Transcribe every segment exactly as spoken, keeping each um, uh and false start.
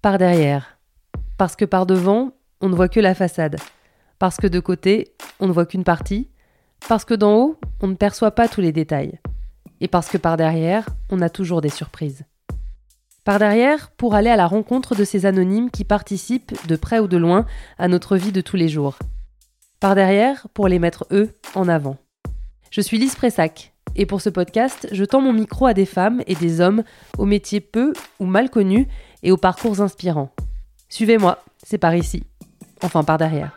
Par derrière. Parce que par devant, on ne voit que la façade. Parce que de côté, on ne voit qu'une partie. Parce que d'en haut, on ne perçoit pas tous les détails. Et parce que par derrière, on a toujours des surprises. Par derrière, pour aller à la rencontre de ces anonymes qui participent, de près ou de loin, à notre vie de tous les jours. Par derrière, pour les mettre, eux, en avant. Je suis Lise Pressac, et pour ce podcast, je tends mon micro à des femmes et des hommes aux métiers peu ou mal connus et aux parcours inspirants. Suivez-moi, c'est par ici. Enfin, par derrière.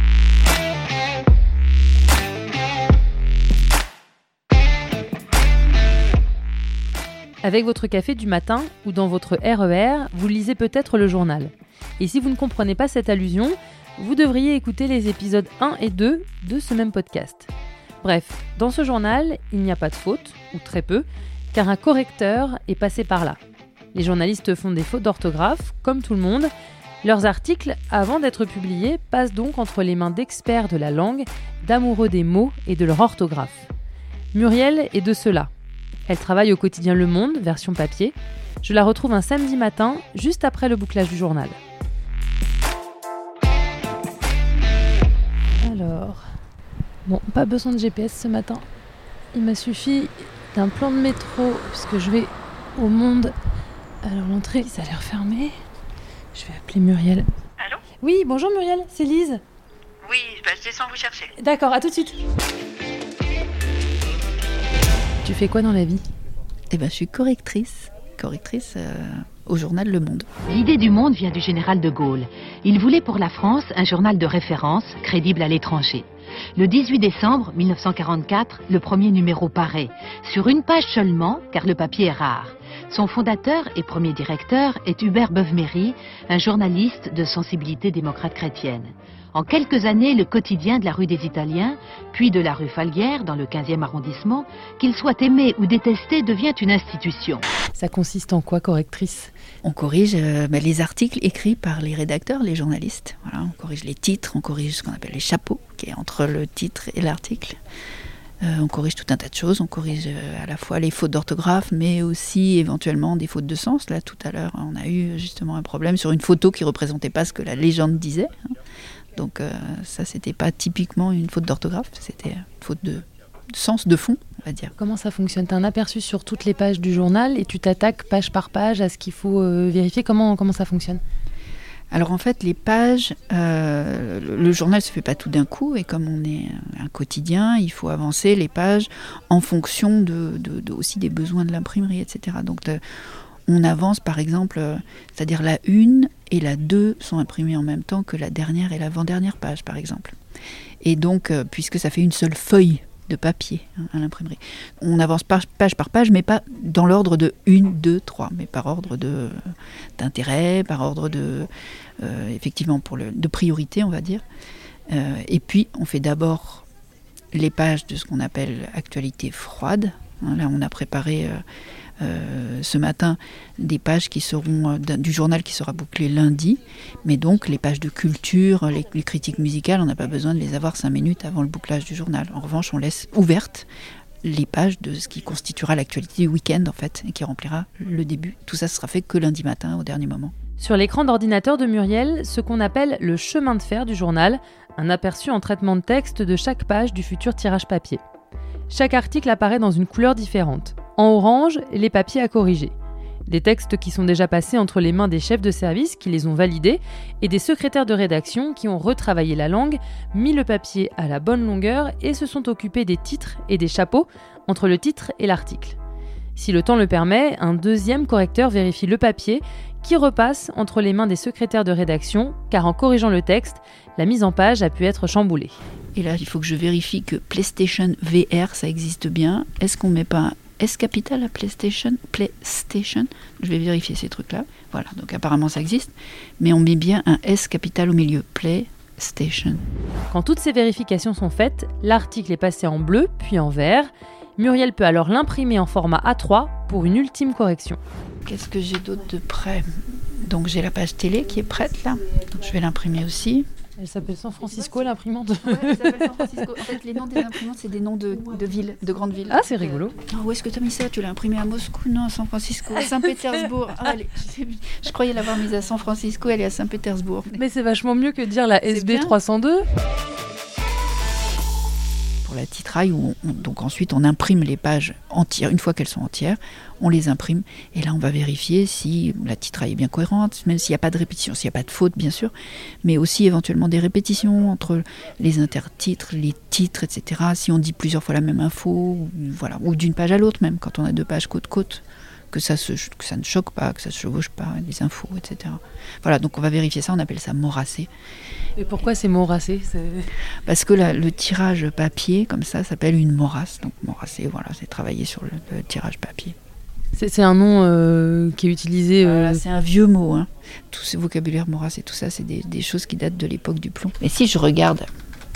Avec votre café du matin ou dans votre R E R, vous lisez peut-être le journal. Et si vous ne comprenez pas cette allusion, vous devriez écouter les épisodes un et deux de ce même podcast. Bref, dans ce journal, il n'y a pas de faute, ou très peu, car un correcteur est passé par là. Les journalistes font des fautes d'orthographe, comme tout le monde. Leurs articles, avant d'être publiés, passent donc entre les mains d'experts de la langue, d'amoureux des mots et de leur orthographe. Muriel est de ceux-là. Elle travaille au quotidien Le Monde, version papier. Je la retrouve un samedi matin, juste après le bouclage du journal. Alors, bon, pas besoin de G P S ce matin. Il m'a suffi d'un plan de métro, puisque je vais au Monde. Alors l'entrée, ça a l'air fermé. Je vais appeler Muriel. Allô ? Oui, bonjour Muriel, c'est Lise. Oui, bah, je descends vous chercher. D'accord, à tout de suite. Tu fais quoi dans la vie ? Eh ben, je suis correctrice, correctrice euh, au journal Le Monde. L'idée du Monde vient du général de Gaulle. Il voulait pour la France un journal de référence, crédible à l'étranger. Le dix-huit décembre mille neuf cent quarante-quatre, le premier numéro paraît, sur une page seulement, car le papier est rare. Son fondateur et premier directeur est Hubert Beuve-Méry, un journaliste de sensibilité démocrate chrétienne. En quelques années, le quotidien de la rue des Italiens, puis de la rue Falguière, dans le quinzième arrondissement, qu'il soit aimé ou détesté, devient une institution. Ça consiste en quoi, correctrice ? On corrige euh, bah, les articles écrits par les rédacteurs, les journalistes. Voilà, on corrige les titres, on corrige ce qu'on appelle les chapeaux, qui est entre le titre et l'article. Euh, on corrige tout un tas de choses, on corrige euh, à la fois les fautes d'orthographe, mais aussi éventuellement des fautes de sens. Là, tout à l'heure, on a eu justement un problème sur une photo qui ne représentait pas ce que la légende disait. Hein. Donc euh, ça, c'était pas typiquement une faute d'orthographe, c'était une faute de, de sens, de fond, on va dire. Comment ça fonctionne ? Tu as un aperçu sur toutes les pages du journal et tu t'attaques page par page à ce qu'il faut euh, vérifier. Comment, comment ça fonctionne ? Alors en fait, les pages, euh, le, le journal ne se fait pas tout d'un coup, et comme on est un quotidien, il faut avancer les pages en fonction de, de, de, aussi des besoins de l'imprimerie, et cetera. Donc de, on avance par exemple, euh, c'est-à-dire la une et la deux sont imprimées en même temps que la dernière et l'avant-dernière page par exemple. Et donc, euh, puisque ça fait une seule feuille de papier hein, à l'imprimerie, on avance page, page par page, mais pas dans l'ordre de un, deux, trois, mais par ordre de, d'intérêt, par ordre de, euh, effectivement, pour le, de priorité on va dire. Euh, et puis on fait d'abord les pages de ce qu'on appelle actualité froide. Hein, là on a préparé... Euh, Euh, ce matin des pages qui seront euh, du journal qui sera bouclé lundi, mais donc les pages de culture, les, les critiques musicales, on n'a pas besoin de les avoir cinq minutes avant le bouclage du journal. En revanche, on laisse ouvertes les pages de ce qui constituera l'actualité du week-end en fait, et qui remplira le début. Tout ça sera fait que lundi matin au dernier moment. Sur l'écran d'ordinateur de Muriel, ce qu'on appelle le chemin de fer du journal, un aperçu en traitement de texte de chaque page du futur tirage papier. Chaque article apparaît dans une couleur différente. En orange, les papiers à corriger. Des textes qui sont déjà passés entre les mains des chefs de service qui les ont validés et des secrétaires de rédaction qui ont retravaillé la langue, mis le papier à la bonne longueur et se sont occupés des titres et des chapeaux entre le titre et l'article. Si le temps le permet, un deuxième correcteur vérifie le papier qui repasse entre les mains des secrétaires de rédaction, car en corrigeant le texte, la mise en page a pu être chamboulée. Et là, il faut que je vérifie que PlayStation V R, ça existe bien. Est-ce qu'on ne met pas un S capital à PlayStation PlayStation Je vais vérifier ces trucs-là. Voilà, donc apparemment ça existe. Mais on met bien un S capital au milieu. PlayStation. Quand toutes ces vérifications sont faites, l'article est passé en bleu, puis en vert. Muriel peut alors l'imprimer en format A trois pour une ultime correction. Qu'est-ce que j'ai d'autre de prêt ? Donc j'ai la page télé qui est prête là. Donc je vais l'imprimer aussi. Elle s'appelle San Francisco, l'imprimante. Ouais, elle s'appelle San Francisco. En fait, les noms des imprimantes, c'est des noms de, de villes, de grandes villes. Ah, c'est rigolo. Oh, où est-ce que tu as mis ça? Tu l'as imprimé à Moscou? Non, à San Francisco. À Saint-Pétersbourg. Ah, elle est- je, je croyais l'avoir mise à San Francisco, elle est à Saint-Pétersbourg. Mais c'est vachement mieux que de dire la C'est S B bien. trois cent deux. Pour la titraille, où on, on- donc ensuite on imprime les pages entières. Une fois qu'elles sont entières, on les imprime. Et là, on va vérifier si la titraille est bien cohérente, même s'il n'y a pas de répétition, s'il n'y a pas de faute, bien sûr, mais aussi éventuellement des répétitions entre les intertitres, les titres, et cetera. Si on dit plusieurs fois la même info, ou, voilà, ou d'une page à l'autre même, quand on a deux pages côte-côte, que ça, se, que ça ne choque pas, que ça ne se chevauche pas, les infos, et cetera. Voilà, donc on va vérifier ça, on appelle ça morasser. Et pourquoi c'est morassé? c'est... Parce que la- le tirage papier, comme ça, s'appelle une morasse. Donc morasser, voilà, c'est travailler sur le, le tirage papier. c'est, c'est un nom euh, qui est utilisé... euh, Voilà, c'est un vieux mot. Hein. Tout ce vocabulaire morasse et tout ça, c'est des, des choses qui datent de l'époque du plomb. Mais si je regarde,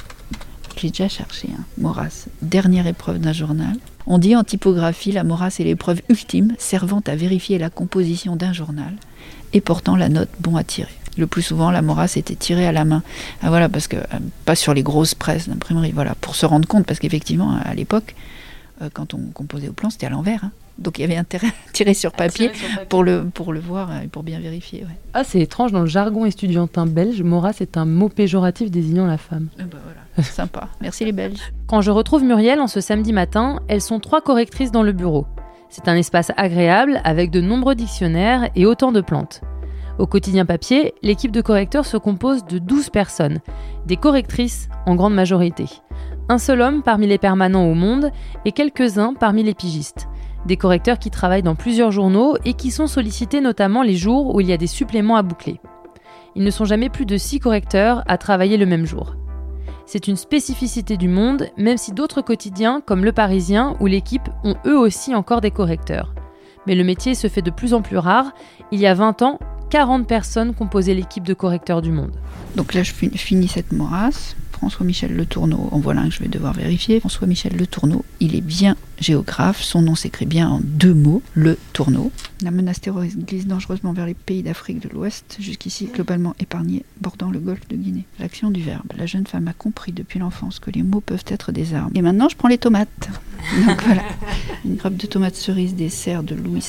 je l'ai déjà cherché, hein, morasse, dernière épreuve d'un journal. On dit en typographie, la morasse est l'épreuve ultime servant à vérifier la composition d'un journal et portant la note bon à tirer. Le plus souvent, la morasse était tirée à la main. Ah, voilà, parce que euh, pas sur les grosses presses d'imprimerie. Voilà, pour se rendre compte, parce qu'effectivement, à l'époque, euh, quand on composait au plan, c'était à l'envers. Hein. Donc il y avait intérêt à tirer sur papier pour le, pour le voir et pour bien vérifier. Ouais. Ah, c'est étrange, dans le jargon estudiantin belge, morasse est un mot péjoratif désignant la femme. Eh ben voilà, sympa. Merci les Belges. Quand je retrouve Muriel en ce samedi matin, elles sont trois correctrices dans le bureau. C'est un espace agréable avec de nombreux dictionnaires et autant de plantes. Au quotidien papier, l'équipe de correcteurs se compose de douze personnes, des correctrices en grande majorité. Un seul homme parmi les permanents au monde et quelques-uns parmi les pigistes. Des correcteurs qui travaillent dans plusieurs journaux et qui sont sollicités notamment les jours où il y a des suppléments à boucler. Ils ne sont jamais plus de six correcteurs à travailler le même jour. C'est une spécificité du monde, même si d'autres quotidiens, comme Le Parisien ou L'Équipe, ont eux aussi encore des correcteurs. Mais le métier se fait de plus en plus rare. Il y a vingt ans, quarante personnes composaient l'équipe de correcteurs du Monde. Donc là, je fin- finis cette morasse. François-Michel Le Tourneau, en voilà un que je vais devoir vérifier. François-Michel Le Tourneau, il est bien géographe. Son nom s'écrit bien en deux mots, Le Tourneau. La menace terroriste glisse dangereusement vers les pays d'Afrique de l'Ouest, jusqu'ici globalement épargnés, bordant le golfe de Guinée. L'action du verbe. La jeune femme a compris depuis l'enfance que les mots peuvent être des armes. Et maintenant, je prends les tomates. Donc voilà, une grappe de tomates cerises des serres de Luis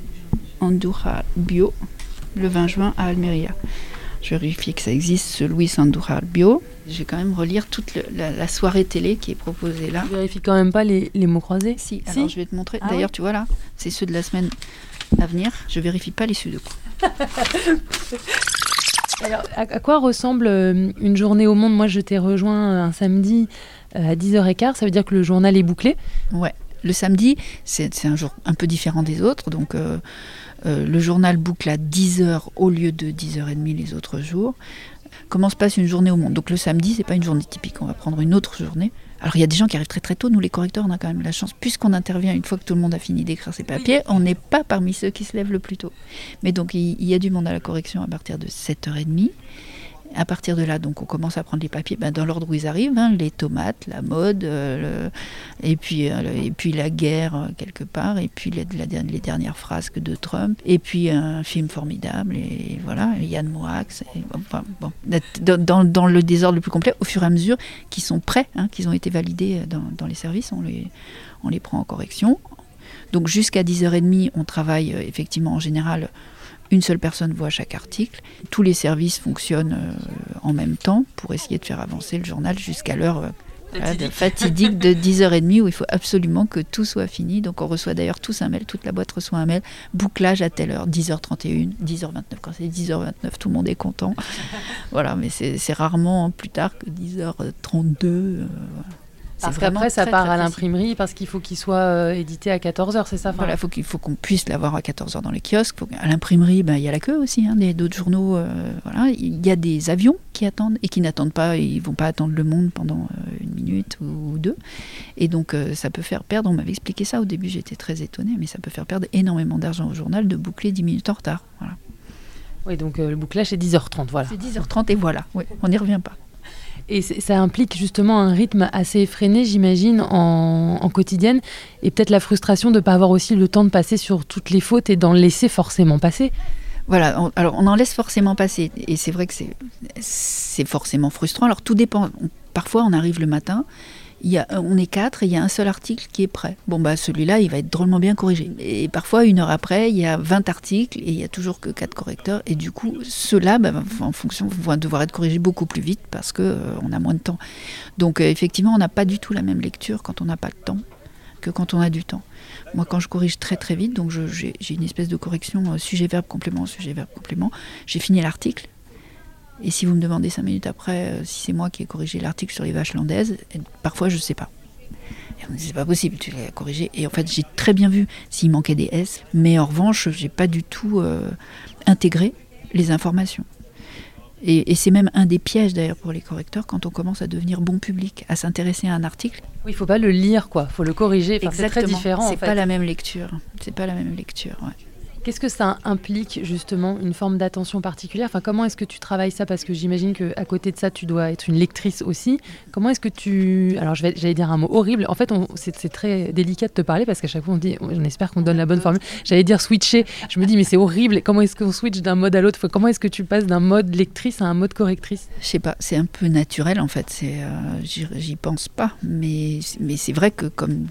Andújar Bio, le vingt juin à Almeria. Je vérifie que ça existe, ce Luis Andújar Bio. Je vais quand même relire toute le- la, la soirée télé qui est proposée là. Je vérifie quand même pas les, les mots croisés. Si, Si. alors je vais te montrer. Ah D'ailleurs, oui tu vois là, c'est ceux de la semaine à venir. Je vérifie pas les sudoku. Alors, à, à quoi ressemble euh, une journée au monde? Moi, je t'ai rejoint un samedi euh, à dix heures quinze. Ça veut dire que le journal est bouclé. Ouais. Le samedi, c'est c'est un jour un peu différent des autres. Donc, euh, euh, le journal boucle à dix heures au lieu de dix heures trente les autres jours. Comment se passe une journée au monde? Donc, le samedi, c'est pas une journée typique. On va prendre une autre journée. Alors, il y a des gens qui arrivent très très tôt. Nous, les correcteurs, on a quand même la chance. Puisqu'on intervient une fois que tout le monde a fini d'écrire ses papiers, on n'est pas parmi ceux qui se lèvent le plus tôt. Mais donc, il, il y a du monde à la correction à partir de sept heures trente. À partir de là, donc, on commence à prendre les papiers ben, dans l'ordre où ils arrivent, hein, les tomates, la mode, euh, le- et, puis, euh, le- et puis la guerre euh, quelque part, et puis les, la, les dernières frasques de Trump, et puis un film formidable, et voilà, Yann Moix, et, enfin, bon, dans, dans, dans le désordre le plus complet, au fur et à mesure qu'ils sont prêts, hein, qu'ils ont été validés dans, dans les services, on les, on les prend en correction. Donc jusqu'à dix heures trente, on travaille euh, effectivement en général. Une seule personne voit chaque article. Tous les services fonctionnent euh, en même temps pour essayer de faire avancer le journal jusqu'à l'heure euh, voilà, de fatidique de dix heures trente où il faut absolument que tout soit fini. Donc on reçoit d'ailleurs tous un mail, toute la boîte reçoit un mail, bouclage à telle heure, dix heures trente et une, dix heures vingt-neuf. Quand c'est dix heures vingt-neuf, tout le monde est content. Voilà, mais c'est, c'est rarement plus tard que dix heures trente-deux. Euh, voilà. Parce C'est qu'après, vraiment ça très, part très à précis. l'imprimerie parce qu'il faut qu'il soit euh, édité à quatorze heures, c'est ça? Enfin, Voilà, faut qu'il faut qu'on puisse l'avoir à quatorze heures dans les kiosques. Faut à l'imprimerie, ben, il y a la queue aussi, hein, des, d'autres journaux. Euh, voilà. Il y a des avions qui attendent et qui n'attendent pas, ils ne vont pas attendre Le Monde pendant euh, une minute ou, ou deux. Et donc, euh, ça peut faire perdre, on m'avait expliqué ça au début, j'étais très étonnée, mais ça peut faire perdre énormément d'argent au journal de boucler dix minutes en retard. Voilà. Oui, donc euh, le bouclage, c'est dix heures trente, voilà. C'est dix heures trente et voilà, ouais, on n'y revient pas. Et c'est- ça implique justement un rythme assez effréné, j'imagine, en, en quotidienne, et peut-être la frustration de ne pas avoir aussi le temps de passer sur toutes les fautes et d'en laisser forcément passer. Voilà, on, alors on en laisse forcément passer. Et c'est vrai que c'est, c'est forcément frustrant. Alors tout dépend. On, parfois, on arrive le matin, il y a, on est quatre et il y a un seul article qui est prêt. Bon, bah celui-là, il va être drôlement bien corrigé. Et parfois, une heure après, il y a vingt articles et il n'y a toujours que quatre correcteurs. Et du coup, ceux-là, bah, en fonction, vont devoir être corrigés beaucoup plus vite parce qu'on euh, a moins de temps. Donc, euh, effectivement, on n'a pas du tout la même lecture quand on n'a pas de temps que quand on a du temps. Moi, quand je corrige très très vite, donc je, j'ai, j'ai une espèce de correction euh, sujet-verbe-complément, sujet-verbe-complément, j'ai fini l'article. Et si vous me demandez cinq minutes après euh, si c'est moi qui ai corrigé l'article sur les vaches landaises, parfois je ne sais pas. Et on dit, c'est pas possible, tu l'as corrigé. Et en fait, j'ai très bien vu s'il manquait des S, mais en revanche, j'ai pas du tout euh, intégré les informations. Et, et c'est même un des pièges d'ailleurs pour les correcteurs quand on commence à devenir bon public, à s'intéresser à un article. Oui, il faut pas le lire, quoi. Faut le corriger. Enfin, Exactement. C'est très différent. C'est en fait. pas la même lecture. C'est pas la même lecture. Ouais. Qu'est-ce que ça implique justement, une forme d'attention particulière ? Enfin, comment est-ce que tu travailles ça ? Parce que j'imagine qu'à côté de ça, tu dois être une lectrice aussi. Comment est-ce que tu... Alors, je vais, j'allais dire un mot horrible. En fait, on, c'est, c'est très délicat de te parler parce qu'à chaque fois, on dit, on espère qu'on donne la bonne formule. J'allais dire switcher. Je me dis, mais c'est horrible. Comment est-ce qu'on switch d'un mode à l'autre ? Comment est-ce que tu passes d'un mode lectrice à un mode correctrice ? Je sais pas, c'est un peu naturel en fait. C'est, euh, j'y, j'y pense pas. Mais, mais c'est vrai que comme...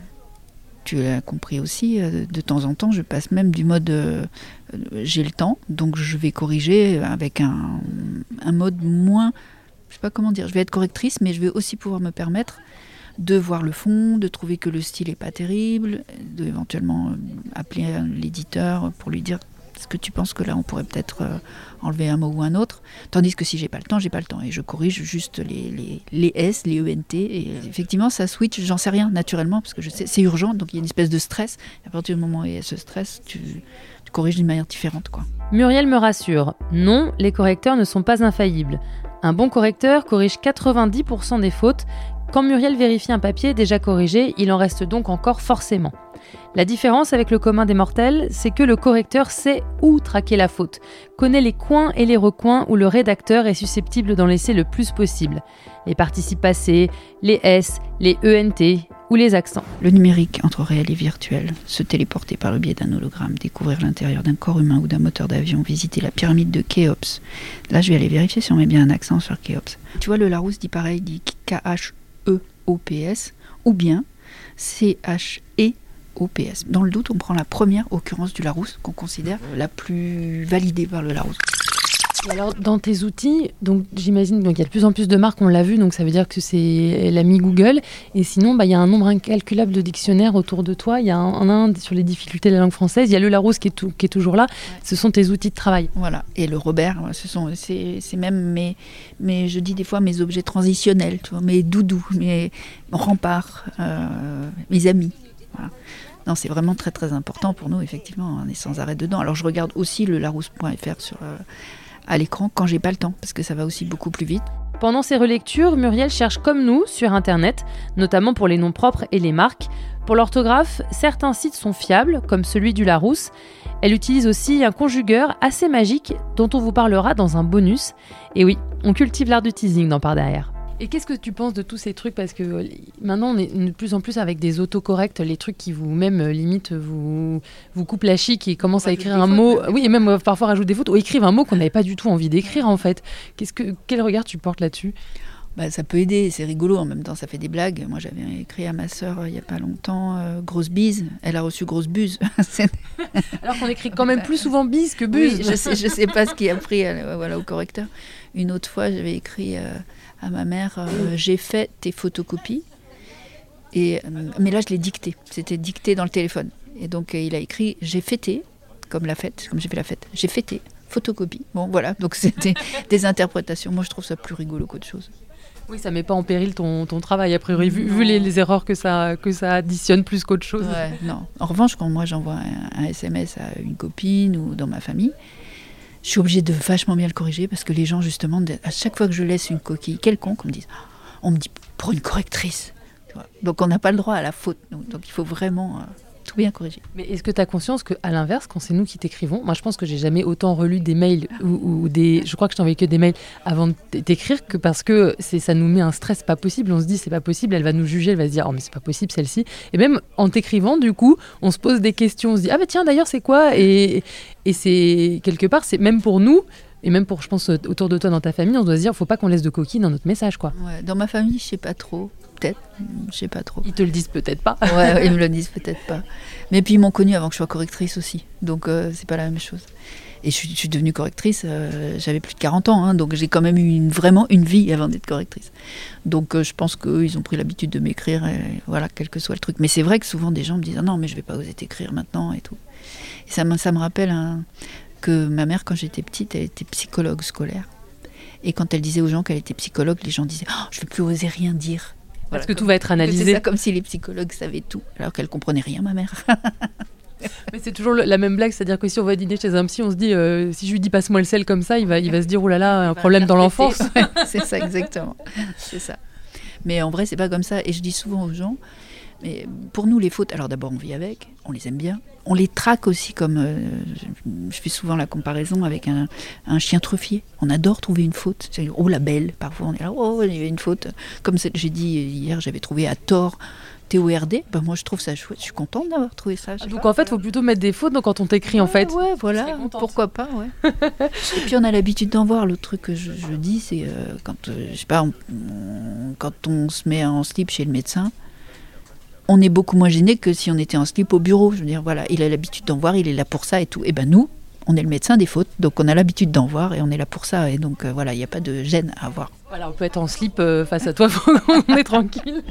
tu l'as compris aussi, de temps en temps, je passe même du mode euh, j'ai le temps, donc je vais corriger avec un, un mode moins, je sais pas comment dire, je vais être correctrice, mais je vais aussi pouvoir me permettre de voir le fond, de trouver que le style est pas terrible, de éventuellement appeler l'éditeur pour lui dire est-ce que tu penses que là on pourrait peut-être euh, enlever un mot ou un autre, tandis que si j'ai pas le temps, j'ai pas le temps et je corrige juste les, les, les S, les E N T et effectivement ça switch, j'en sais rien naturellement parce que je sais c'est urgent donc il y a une espèce de stress et à partir du moment où il y a ce stress tu, tu corriges d'une manière différente quoi. Muriel me rassure, non, les correcteurs ne sont pas infaillibles. Un bon correcteur corrige quatre-vingt-dix pour cent des fautes. Quand Muriel vérifie un papier déjà corrigé, il en reste donc encore forcément. La différence avec le commun des mortels, c'est que le correcteur sait où traquer la faute, connaît les coins et les recoins où le rédacteur est susceptible d'en laisser le plus possible. Les participes passés, les S, les E N T ou les accents. Le numérique entre réel et virtuel, se téléporter par le biais d'un hologramme, découvrir l'intérieur d'un corps humain ou d'un moteur d'avion, visiter la pyramide de Khéops. Là, je vais aller vérifier si on met bien un accent sur Khéops. Tu vois, le Larousse dit pareil, dit K H E O P S ou bien C H E O P S. Dans le doute, on prend la première occurrence du Larousse qu'on considère la plus validée par le Larousse. Et alors, dans tes outils, donc j'imagine donc il y a de plus en plus de marques, on l'a vu, donc ça veut dire que c'est l'ami Google. Et sinon, bah, il y a un nombre incalculable de dictionnaires autour de toi. Il y a un, un sur les difficultés de la langue française. Il y a le Larousse qui est, tout, qui est toujours là. Ouais. Ce sont tes outils de travail. Voilà. Et le Robert, ce sont, c'est, c'est même mes, mes, je dis des fois mes objets transitionnels, tu vois, mes doudous, mes remparts, euh, mes amis. Voilà. Non, c'est vraiment très très important pour nous, effectivement. On est sans arrêt dedans. Alors je regarde aussi le larousse point f r sur euh, à l'écran quand j'ai pas le temps, parce que ça va aussi beaucoup plus vite. Pendant ces relectures, Muriel cherche comme nous sur Internet, notamment pour les noms propres et les marques. Pour l'orthographe, certains sites sont fiables, comme celui du Larousse. Elle utilise aussi un conjugueur assez magique, dont on vous parlera dans un bonus. Et oui, on cultive l'art du teasing dans Par Derrière. Et qu'est-ce que tu penses de tous ces trucs ? Parce que maintenant, on est de plus en plus avec des autocorrects, les trucs qui vous, même limite, vous, vous coupent la chic et commencent à écrire un mot. Fautes, oui, et même euh, parfois rajoutent des fautes ou écrivent un mot qu'on n'avait pas du tout envie d'écrire, en fait. Qu'est-ce que, quel regard tu portes là-dessus ? Bah, ça peut aider, c'est rigolo, en même temps ça fait des blagues. Moi j'avais écrit à ma sœur euh, il n'y a pas longtemps euh, grosse bise, elle a reçu grosse buse. Alors qu'on écrit quand même plus souvent bise que buse. Oui, je sais, je sais pas ce qui a pris euh, voilà, au correcteur. Une autre fois j'avais écrit euh, à ma mère euh, j'ai fait tes photocopies, et, euh, mais là je l'ai dicté, c'était dicté dans le téléphone. Et donc euh, il a écrit j'ai fêté, comme la fête, comme j'ai fait la fête, j'ai fêté, photocopie. Bon voilà, donc c'était des interprétations. Moi je trouve ça plus rigolo qu'autre chose. Oui, ça ne met pas en péril ton, ton travail, a priori, vu, vu les, les erreurs que ça, que ça additionne plus qu'autre chose. Ouais, non. En revanche, quand moi j'envoie un, un S M S à une copine ou dans ma famille, je suis obligée de vachement bien le corriger parce que les gens, justement, à chaque fois que je laisse une coquille quelconque, on me dit, on me dit pour une correctrice. Donc on n'a pas le droit à la faute. Donc il faut vraiment euh, tout bien corrigé. Mais est-ce que tu as conscience qu'à l'inverse, quand c'est nous qui t'écrivons, moi je pense que j'ai jamais autant relu des mails ou, ou des... Je crois que je t'ai envoyé que des mails avant de t'écrire, que parce que c'est, ça nous met un stress pas possible. On se dit c'est pas possible, elle va nous juger, elle va se dire oh mais c'est pas possible celle-ci. Et même en t'écrivant, du coup, on se pose des questions, on se dit ah bah tiens d'ailleurs c'est quoi et, et c'est quelque part, c'est même pour nous, et même pour, je pense, autour de toi dans ta famille, on doit se dire faut pas qu'on laisse de coquilles dans notre message, quoi. Ouais, dans ma famille, je sais pas trop. Peut-être, je sais pas trop. Ils te le disent peut-être pas. Ouais, ouais, ils me le disent peut-être pas. Mais puis ils m'ont connue avant que je sois correctrice aussi, donc euh, c'est pas la même chose. Et je suis, je suis devenue correctrice, euh, j'avais plus de quarante ans, hein, donc j'ai quand même eu une, vraiment une vie avant d'être correctrice. Donc euh, je pense qu'eux, ils ont pris l'habitude de m'écrire, et voilà, quel que soit le truc. Mais c'est vrai que souvent des gens me disent ah non, mais je vais pas oser t'écrire maintenant et tout. Et ça me, ça me rappelle un, que ma mère, quand j'étais petite, elle était psychologue scolaire. Et quand elle disait aux gens qu'elle était psychologue, les gens disaient oh, je vais plus oser rien dire. Parce Voilà, que comme, tout va être analysé. C'est ça, comme si les psychologues savaient tout, alors qu'elle comprenait rien, ma mère. Mais c'est toujours le, la même blague, c'est-à-dire que si on va dîner chez un psy, on se dit euh, si je lui dis passe-moi le sel comme ça, il va, il va se dire oh là là, un problème dans l'enfance. Ouais, c'est ça, exactement. C'est ça. Mais en vrai, c'est pas comme ça. Et je dis souvent aux gens, mais pour nous, les fautes, alors d'abord, on vit avec, on les aime bien. On les traque aussi comme... Euh, je fais souvent la comparaison avec un, un chien truffier. On adore trouver une faute. C'est, oh, la belle. Parfois, on est là, oh, il y a une faute. Comme j'ai dit hier, j'avais trouvé à tort T O R D. Ben, moi, je trouve ça chouette. Je suis contente d'avoir trouvé ça. Ah, donc, pas, en fait, il faut plutôt mettre des fautes donc, quand on t'écrit, ouais, en fait. Ouais, voilà. Pourquoi pas, ouais. Et puis, on a l'habitude d'en voir. L'autre truc que je, je dis, c'est euh, quand, euh, je sais pas, on, on, quand on se met en slip chez le médecin, on est beaucoup moins gêné que si on était en slip au bureau. Je veux dire, voilà, il a l'habitude d'en voir, il est là pour ça et tout. Et ben nous, on est le médecin des fautes, donc on a l'habitude d'en voir et on est là pour ça. Et donc euh, voilà, il n'y a pas de gêne à avoir. Voilà, on peut être en slip euh, face à toi, on est tranquille.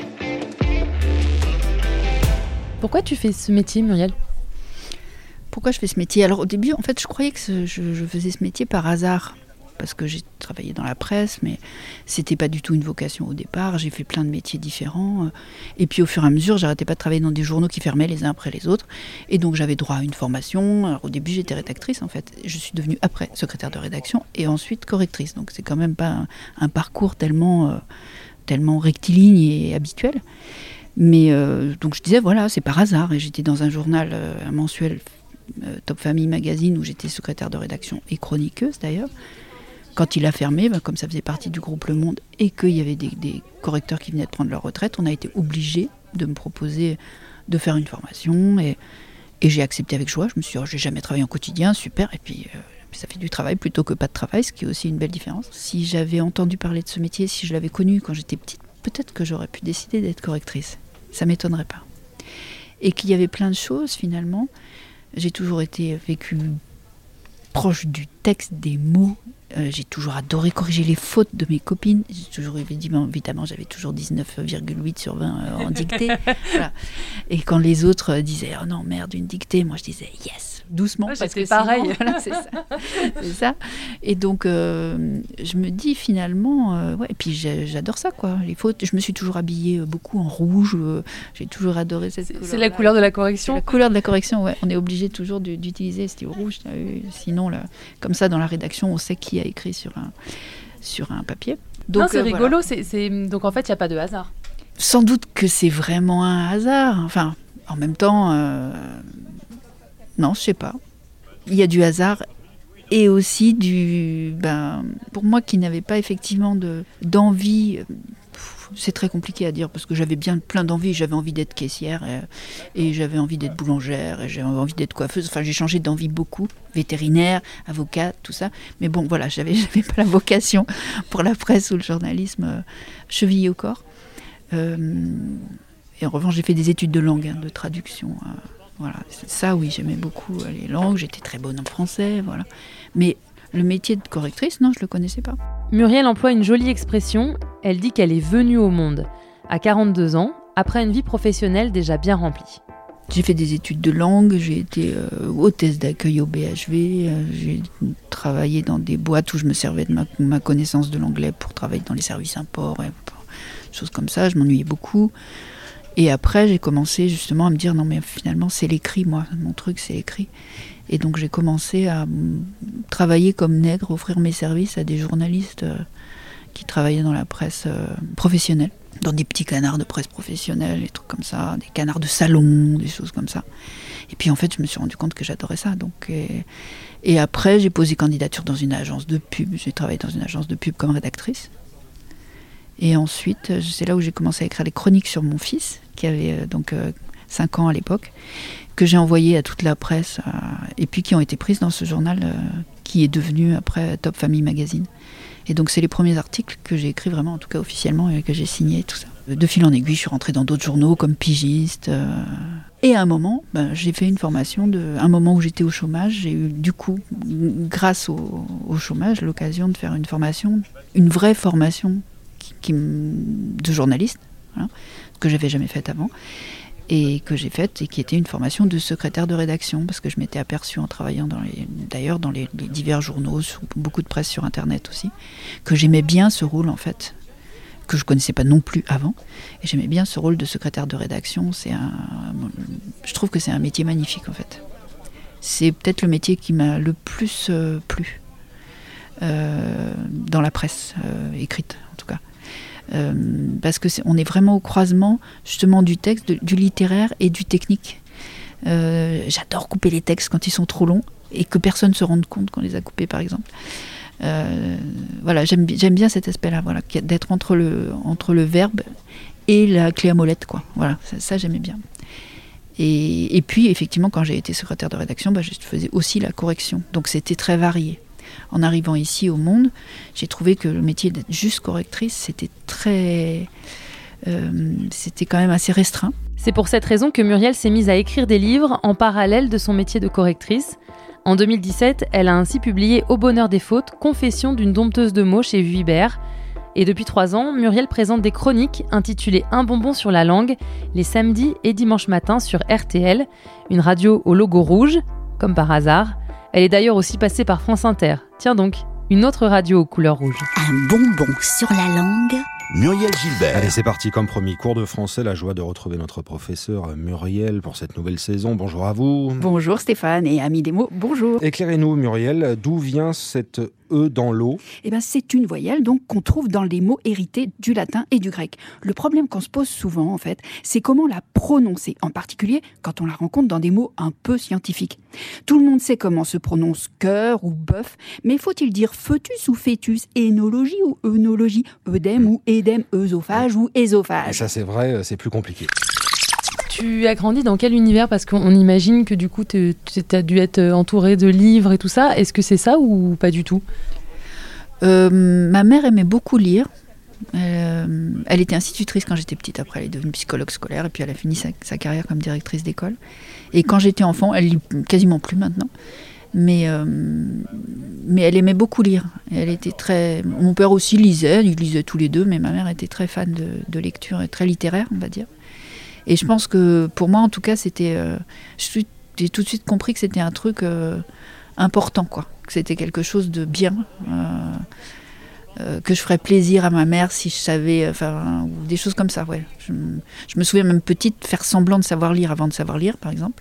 Pourquoi tu fais ce métier, Muriel ? Pourquoi je fais ce métier ? Alors au début, en fait, je croyais que ce, je, je faisais ce métier par hasard. Parce que j'ai travaillé dans la presse, mais c'était pas du tout une vocation au départ. J'ai fait plein de métiers différents. Et puis au fur et à mesure, j'arrêtais pas de travailler dans des journaux qui fermaient les uns après les autres. Et donc j'avais droit à une formation. Alors au début, j'étais rédactrice en fait. Je suis devenue après secrétaire de rédaction et ensuite correctrice. Donc c'est quand même pas un, un parcours tellement, euh, tellement rectiligne et habituel. Mais euh, donc je disais, voilà, c'est par hasard. Et j'étais dans un journal, euh, un mensuel, euh, Top Family Magazine, où j'étais secrétaire de rédaction et chroniqueuse d'ailleurs. Quand il a fermé, ben, comme ça faisait partie du groupe Le Monde et qu'il y avait des, des correcteurs qui venaient de prendre leur retraite, on a été obligés de me proposer de faire une formation et, et j'ai accepté avec joie. Je me suis dit, oh, j'ai jamais travaillé en quotidien, super. Et puis, euh, ça fait du travail plutôt que pas de travail, ce qui est aussi une belle différence. Si j'avais entendu parler de ce métier, si je l'avais connu quand j'étais petite, peut-être que j'aurais pu décider d'être correctrice. Ça m'étonnerait pas. Et qu'il y avait plein de choses finalement. J'ai toujours été vécue proche du texte, des mots. Euh, j'ai toujours adoré corriger les fautes de mes copines. J'ai toujours évidemment, évidemment j'avais toujours dix-neuf virgule huit sur vingt euh, en dictée. Voilà. Et quand les autres euh, disaient oh non merde une dictée, moi je disais yes doucement. Ouais, parce c'était que pareil. Sinon, voilà, c'est ça. C'est ça. Et donc euh, je me dis finalement euh, ouais. Et puis j'adore ça quoi. Les fautes. Je me suis toujours habillée beaucoup en rouge. Euh, j'ai toujours adoré cette. C'est, c'est la couleur de la correction. C'est la couleur de la correction. Ouais. On est obligé toujours de, d'utiliser ce stylo rouge. Sinon là, comme ça dans la rédaction on sait qui a écrit sur un, sur un papier. Donc, non, c'est euh, rigolo. voilà. C'est, c'est... Donc en fait, il n'y a pas de hasard. Sans doute que c'est vraiment un hasard. Enfin, en même temps, euh... non, je sais pas. Il y a du hasard et aussi du... Ben, pour moi qui n'avais pas effectivement de, d'envie... C'est très compliqué à dire parce que j'avais bien plein d'envies. J'avais envie d'être caissière et, et j'avais envie d'être boulangère et j'avais envie d'être coiffeuse. Enfin, j'ai changé d'envie beaucoup. Vétérinaire, avocate, tout ça. Mais bon, voilà, j'avais, j'avais pas la vocation pour la presse ou le journalisme euh, chevillée au corps. Euh, et en revanche, j'ai fait des études de langue, hein, de traduction. Euh, voilà, ça, oui, j'aimais beaucoup euh, les langues. J'étais très bonne en français, voilà. Mais le métier de correctrice, non, je le connaissais pas. Muriel emploie une jolie expression, elle dit qu'elle est venue au monde, à quarante-deux ans, après une vie professionnelle déjà bien remplie. J'ai fait des études de langue, j'ai été euh, hôtesse d'accueil au B H V, euh, j'ai travaillé dans des boîtes où je me servais de ma, ma connaissance de l'anglais pour travailler dans les services import, et choses comme ça, je m'ennuyais beaucoup. Et après, j'ai commencé justement à me dire, non mais finalement c'est l'écrit, moi, mon truc c'est l'écrit. Et donc j'ai commencé à travailler comme nègre, offrir mes services à des journalistes euh, qui travaillaient dans la presse euh, professionnelle. dans des petits canards de presse professionnelle, des trucs comme ça, des canards de salon, des choses comme ça. Et puis en fait, je me suis rendu compte que j'adorais ça. Donc, et, et après, j'ai posé candidature dans une agence de pub. J'ai travaillé dans une agence de pub comme rédactrice. Et ensuite, c'est là où j'ai commencé à écrire les chroniques sur mon fils, qui avait euh, donc euh, cinq ans à l'époque, que j'ai envoyé à toute la presse, euh, et puis qui ont été prises dans ce journal euh, qui est devenu après Top Family Magazine. Et donc c'est les premiers articles que j'ai écrits vraiment, en tout cas officiellement, et que j'ai signés, tout ça. De fil en aiguille, je suis rentrée dans d'autres journaux comme pigiste. Euh, et à un moment, ben, j'ai fait une formation, de, un moment où j'étais au chômage, j'ai eu du coup, grâce au, au chômage, l'occasion de faire une formation, une vraie formation qui, qui, de journaliste, voilà, que j'avais jamais faite avant. Et que j'ai faite, et qui était une formation de secrétaire de rédaction, parce que je m'étais aperçue en travaillant dans les, d'ailleurs dans les, les divers journaux, sur beaucoup de presse sur Internet aussi, que j'aimais bien ce rôle en fait, que je connaissais pas non plus avant, et j'aimais bien ce rôle de secrétaire de rédaction. C'est un, je trouve que c'est un métier magnifique en fait. C'est peut-être le métier qui m'a le plus euh, plu euh, dans la presse euh, écrite en tout cas. Euh, parce que c'est, on est vraiment au croisement justement du texte, de, du littéraire et du technique. Euh, j'adore couper les textes quand ils sont trop longs et que personne ne se rende compte qu'on les a coupés par exemple. Euh, voilà, j'aime, j'aime bien cet aspect-là, voilà, d'être entre le, entre le verbe et la clé à molette, quoi. Voilà, ça, ça j'aimais bien. Et, et puis effectivement, quand j'ai été secrétaire de rédaction, bah, je faisais aussi la correction, donc c'était très varié. En arrivant ici au Monde, j'ai trouvé que le métier d'être juste correctrice, c'était très, euh, c'était quand même assez restreint. C'est pour cette raison que Muriel s'est mise à écrire des livres en parallèle de son métier de correctrice. En deux mille dix-sept, elle a ainsi publié Au bonheur des fautes, confession d'une dompteuse de mots chez Vuibert. Et depuis trois ans, Muriel présente des chroniques intitulées Un bonbon sur la langue, les samedis et dimanches matins sur R T L, une radio au logo rouge, comme par hasard. Elle est d'ailleurs aussi passée par France Inter. Tiens donc, une autre radio aux couleurs rouges. Un bonbon sur la langue. Muriel Gilbert. Allez, c'est parti, comme promis, cours de français. La joie de retrouver notre professeur Muriel pour cette nouvelle saison. Bonjour à vous. Bonjour Stéphane et amis des mots, bonjour. Éclairez-nous Muriel, d'où vient cette E dans l'eau ? Eh ben, c'est une voyelle donc qu'on trouve dans les mots hérités du latin et du grec. Le problème qu'on se pose souvent, en fait, c'est comment la prononcer, en particulier quand on la rencontre dans des mots un peu scientifiques. Tout le monde sait comment se prononce cœur ou bœuf, mais faut-il dire fœtus ou fœtus, énologie ou œnologie, œdème ou édème, œsophage ou ésophage ? Et ça c'est vrai, c'est plus compliqué. Tu as grandi dans quel univers ? Parce qu'on imagine que du coup, tu as dû être entouré de livres et tout ça. Est-ce que c'est ça ou pas du tout ? euh, Ma mère aimait beaucoup lire. Euh, elle était institutrice quand j'étais petite. Après, elle est devenue psychologue scolaire. Et puis, elle a fini sa, sa carrière comme directrice d'école. Et quand j'étais enfant, elle lit quasiment plus maintenant. Mais, euh, mais elle aimait beaucoup lire. Et elle était très... Mon père aussi lisait. Ils lisaient tous les deux. Mais ma mère était très fan de, de lecture et très littéraire, on va dire. Et je pense que pour moi, en tout cas, c'était, euh, j'ai tout de suite compris que c'était un truc euh, important, quoi. Que c'était quelque chose de bien, euh, euh, que je ferais plaisir à ma mère si je savais, enfin, ou des choses comme ça, ouais. Je, je me souviens même petite faire semblant de savoir lire avant de savoir lire, par exemple.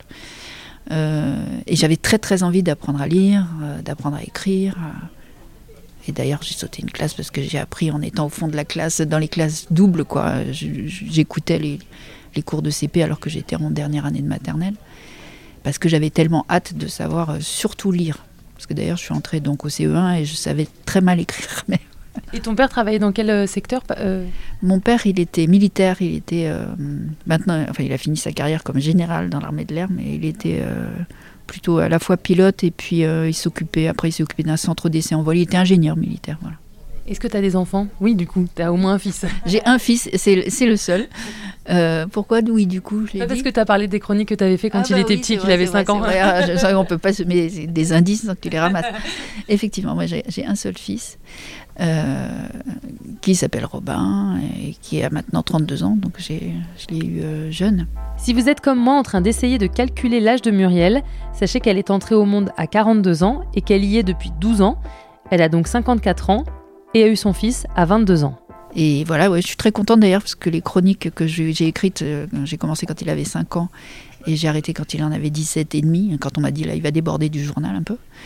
Euh, et j'avais très très envie d'apprendre à lire, euh, d'apprendre à écrire. Euh, et d'ailleurs, j'ai sauté une classe parce que j'ai appris en étant au fond de la classe, dans les classes doubles, quoi. J'écoutais les les cours de C P alors que j'étais en dernière année de maternelle, parce que j'avais tellement hâte de savoir euh, surtout lire. Parce que d'ailleurs, je suis entrée donc au C E un et je savais très mal écrire. Mais... Et ton père travaillait dans quel secteur ? euh... Mon père, il était militaire, il était euh, maintenant, enfin, il a fini sa carrière comme général dans l'armée de l'air, mais il était euh, plutôt à la fois pilote et puis euh, il s'occupait, après il s'est occupé d'un centre d'essai en vol. Il était ingénieur militaire, voilà. Est-ce que tu as des enfants ? Oui, du coup, tu as au moins un fils. J'ai un fils, c'est, c'est le seul. Euh, pourquoi ? Oui, du coup, je l'ai Pas dit. Parce que tu as parlé des chroniques que tu avais fait quand ah il bah était oui, petit, vrai, qu'il avait cinq ans. Vrai, ah, on peut pas se mettre des indices sans que tu les ramasses. Effectivement, moi j'ai, j'ai un seul fils euh, qui s'appelle Robin et qui a maintenant trente-deux ans, donc j'ai, je l'ai eu euh, jeune. Si vous êtes comme moi en train d'essayer de calculer l'âge de Muriel, sachez qu'elle est entrée au monde à quarante-deux ans et qu'elle y est depuis douze ans. Elle a donc cinquante-quatre ans. Et a eu son fils à vingt-deux ans. Et voilà, ouais, je suis très contente d'ailleurs, parce que les chroniques que j'ai, j'ai écrites, euh, j'ai commencé quand il avait cinq ans, et j'ai arrêté quand il en avait dix-sept et demi, quand on m'a dit, là, il va déborder du journal un peu.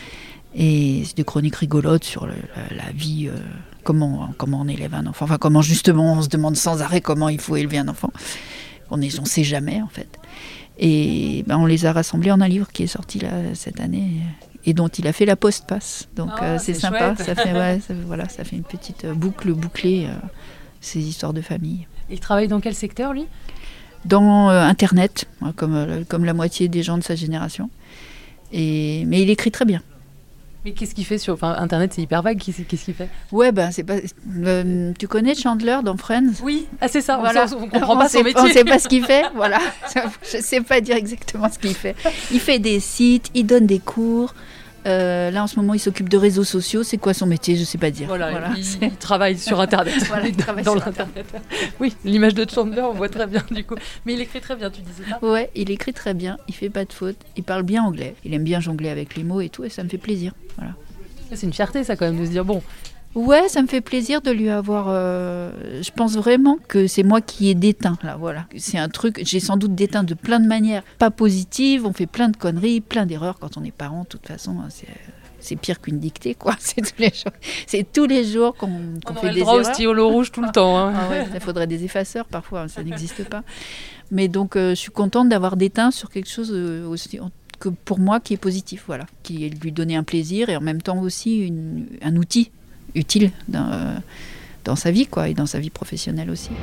Et c'est des chroniques rigolotes sur le, la, la vie, euh, comment, comment on élève un enfant. Enfin, comment justement on se demande sans arrêt comment il faut élever un enfant. On ne sait jamais en fait. Et ben, on les a rassemblés en un livre qui est sorti là, cette année et dont il a fait la postface. Donc oh, euh, c'est, c'est sympa. Chouette. Ça fait, ouais, ça, voilà, ça fait une petite boucle bouclée, euh, ces histoires de famille. Il travaille dans quel secteur, lui ? Dans euh, Internet, comme, euh, comme la moitié des gens de sa génération. Et, mais il écrit très bien. Mais qu'est-ce qu'il fait sur enfin, Internet, c'est hyper vague. Qu'est-ce qu'il fait ? Ouais, ben c'est pas. Euh, tu connais Chandler dans Friends ? Oui, ah c'est ça. Voilà. On ne comprend pas on son sait, métier. On ne sait pas ce qu'il fait. Voilà. Je ne sais pas dire exactement ce qu'il fait. Il fait des sites, il donne des cours. Euh, là, en ce moment, il s'occupe de réseaux sociaux. C'est quoi son métier ? Je ne sais pas dire. Voilà, voilà. Il, il travaille sur Internet. Voilà, il travaille dans sur l'Internet. Oui, l'image de Chandler, on voit très bien du coup. Mais il écrit très bien, tu disais ça ? Ouais, il écrit très bien. Il fait pas de fautes. Il parle bien anglais. Il aime bien jongler avec les mots et tout, et ça me fait plaisir. Voilà. C'est une fierté, ça, quand même, de se dire bon. Ouais, ça me fait plaisir de lui avoir. Euh, je pense vraiment que c'est moi qui ai déteint là. Voilà, c'est un truc. J'ai sans doute déteint de plein de manières pas positives. On fait plein de conneries, plein d'erreurs quand on est parent. De toute façon, c'est, c'est pire qu'une dictée, quoi. C'est tous les jours. C'est tous les jours qu'on, qu'on on fait aurait des le droit erreurs. au stylo rouge tout le temps. Hein. Ah ouais, il faudrait des effaceurs parfois. Ça n'existe pas. Mais donc, euh, je suis contente d'avoir déteint sur quelque chose euh, aussi. Que pour moi qui est positif, voilà, qui est lui donner un plaisir et en même temps aussi une, un outil utile dans, euh, dans sa vie, quoi, et dans sa vie professionnelle aussi.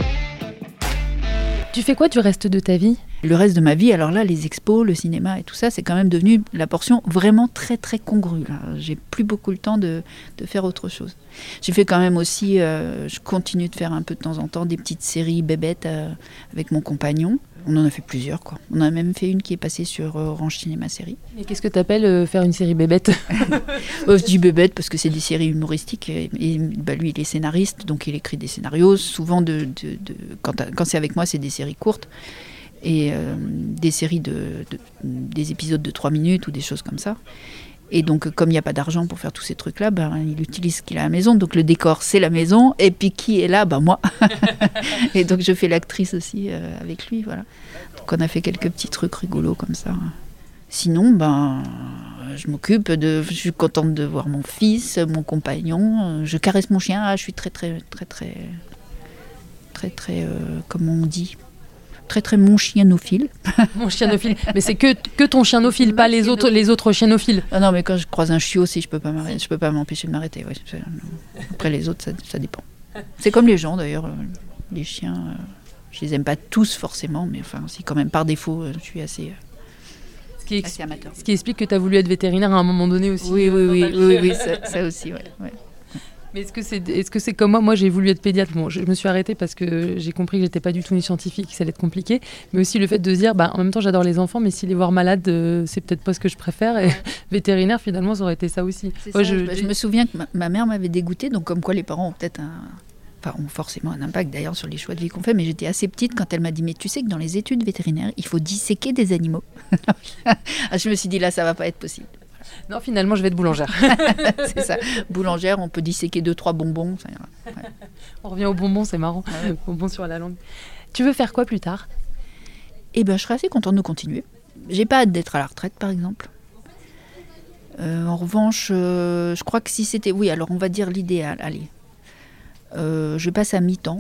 Tu fais quoi du reste de ta vie ? Le reste de ma vie, alors là, les expos, le cinéma et tout ça, c'est quand même devenu la portion vraiment très très congrue. Là. J'ai plus beaucoup le temps de, de faire autre chose. J'ai fait quand même aussi, euh, je continue de faire un peu de temps en temps des petites séries bébêtes euh, avec mon compagnon. On en a fait plusieurs, quoi. On en a même fait une qui est passée sur euh, Orange Cinéma Série. Et qu'est-ce que tu appelles euh, faire une série bébête ? euh, Je dis bébête parce que c'est des séries humoristiques. Et, et bah, lui, il est scénariste, donc il écrit des scénarios. Souvent, de, de, de, quand, quand c'est avec moi, c'est des séries courtes. Et euh, des séries de, de des épisodes de trois minutes ou des choses comme ça. Et donc, comme il n'y a pas d'argent pour faire tous ces trucs-là, ben, il utilise ce qu'il a à la maison. Donc, le décor, c'est la maison. Et puis, qui est là ? Ben, moi. Et donc, je fais l'actrice aussi euh, avec lui. Voilà. Donc, on a fait quelques petits trucs rigolos comme ça. Sinon, ben, je m'occupe de... Je suis contente de voir mon fils, mon compagnon. Je caresse mon chien. Ah, je suis très, très, très, très... Très, très... Euh, comment on dit ? Très très mon chienophile. Mon chienophile. Mais c'est que, que ton chienophile, pas les autres, les autres chienophiles. Ah non, mais quand je croise un chiot aussi, je peux pas m'arrêter, je peux pas m'empêcher de m'arrêter. Ouais. Après les autres, ça, ça dépend. C'est comme les gens d'ailleurs. Les chiens, euh, je les aime pas tous forcément, mais enfin, si quand même par défaut, je suis assez, euh, ce qui ex- assez amateur. Ce qui explique que tu as voulu être vétérinaire à un moment donné aussi. Oui, oui, oui, oui, oui, oui, ça, ça aussi, ouais. ouais. Mais est-ce que c'est, est-ce que c'est comme moi ? Moi, j'ai voulu être pédiatre. Bon, je me suis arrêtée parce que j'ai compris que j'étais pas du tout une scientifique, que ça allait être compliqué. Mais aussi le fait de se dire, bah, en même temps, j'adore les enfants, mais si les voir malades, euh, c'est peut-être pas ce que je préfère. Et vétérinaire, finalement, ça aurait été ça aussi. C'est Ouais, ça, je, je, je me souviens que ma, ma mère m'avait dégoûtée, donc comme quoi les parents ont peut-être un... Enfin, ont forcément un impact d'ailleurs sur les choix de vie qu'on fait, mais j'étais assez petite quand elle m'a dit « Mais tu sais que dans les études vétérinaires, il faut disséquer des animaux. » Je me suis dit « Là, ça va pas être possible. » Non, finalement, je vais être boulangère. C'est ça. Boulangère, on peut disséquer deux, trois bonbons. Ça ira. Ouais. On revient aux bonbons, c'est marrant. Ah ouais. Bonbons sur la langue. Tu veux faire quoi plus tard ? Eh bien, je serais assez contente de continuer. J'ai pas hâte d'être à la retraite, par exemple. Euh, en revanche, euh, je crois que si c'était... Oui, alors on va dire l'idéal. Allez. Euh, je passe à mi-temps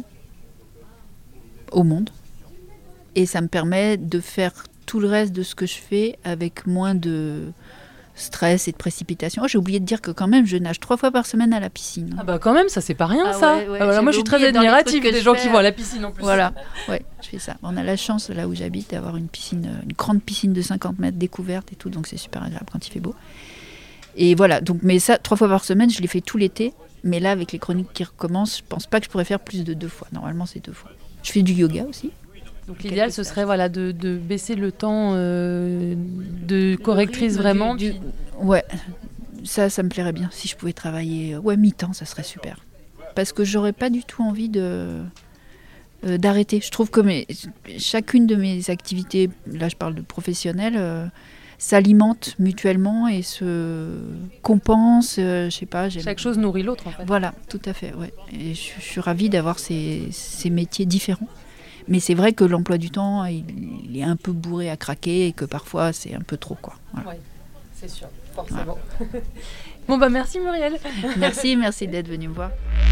au Monde. Et ça me permet de faire tout le reste de ce que je fais avec moins de... stress et de précipitation. Oh, j'ai oublié de dire que quand même, je nage trois fois par semaine à la piscine. Ah bah quand même, ça c'est pas rien Ah ça. ouais, ouais, Ah voilà, moi je suis très admirative des gens qui vont à la piscine en plus. Voilà, ouais, je fais ça. On a la chance là où j'habite d'avoir une piscine, une grande piscine de cinquante mètres découverte et tout, donc c'est super agréable quand il fait beau. Et voilà, donc mais ça, trois fois par semaine, je l'ai fait tout l'été. Mais là, avec les chroniques qui recommencent, je pense pas que je pourrais faire plus de deux fois. Normalement, c'est deux fois. Je fais du yoga aussi. Donc l'idéal, ce serait voilà, de, de baisser le temps euh, de correctrice rythme vraiment. du- puis- du- Ouais, ça, ça me plairait bien. Si je pouvais travailler, ouais, mi-temps, ça serait super. Parce que j'aurais pas du tout envie de euh, d'arrêter. Je trouve que mes, chacune de mes activités, là, je parle de professionnelles, euh, s'alimentent mutuellement et se compensent. euh, je sais pas. j'aime- Chaque chose nourrit l'autre en fait. Voilà, tout à fait. Ouais. Et je, je suis ravie d'avoir ces, ces métiers différents. Mais c'est vrai que l'emploi du temps, il, il est un peu bourré à craquer et que parfois c'est un peu trop, quoi. Voilà. Ouais. C'est sûr, forcément. Ouais. Bon bah merci Muriel. Merci, merci d'être venue me voir.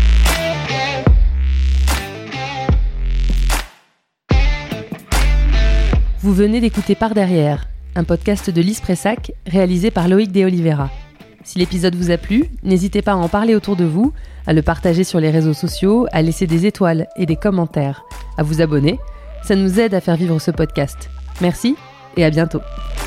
Vous venez d'écouter Par Derrière, un podcast de Lise Pressac réalisé par Loïc de Oliveira. Si l'épisode vous a plu, n'hésitez pas à en parler autour de vous, à le partager sur les réseaux sociaux, à laisser des étoiles et des commentaires, à vous abonner. Ça nous aide à faire vivre ce podcast. Merci et à bientôt.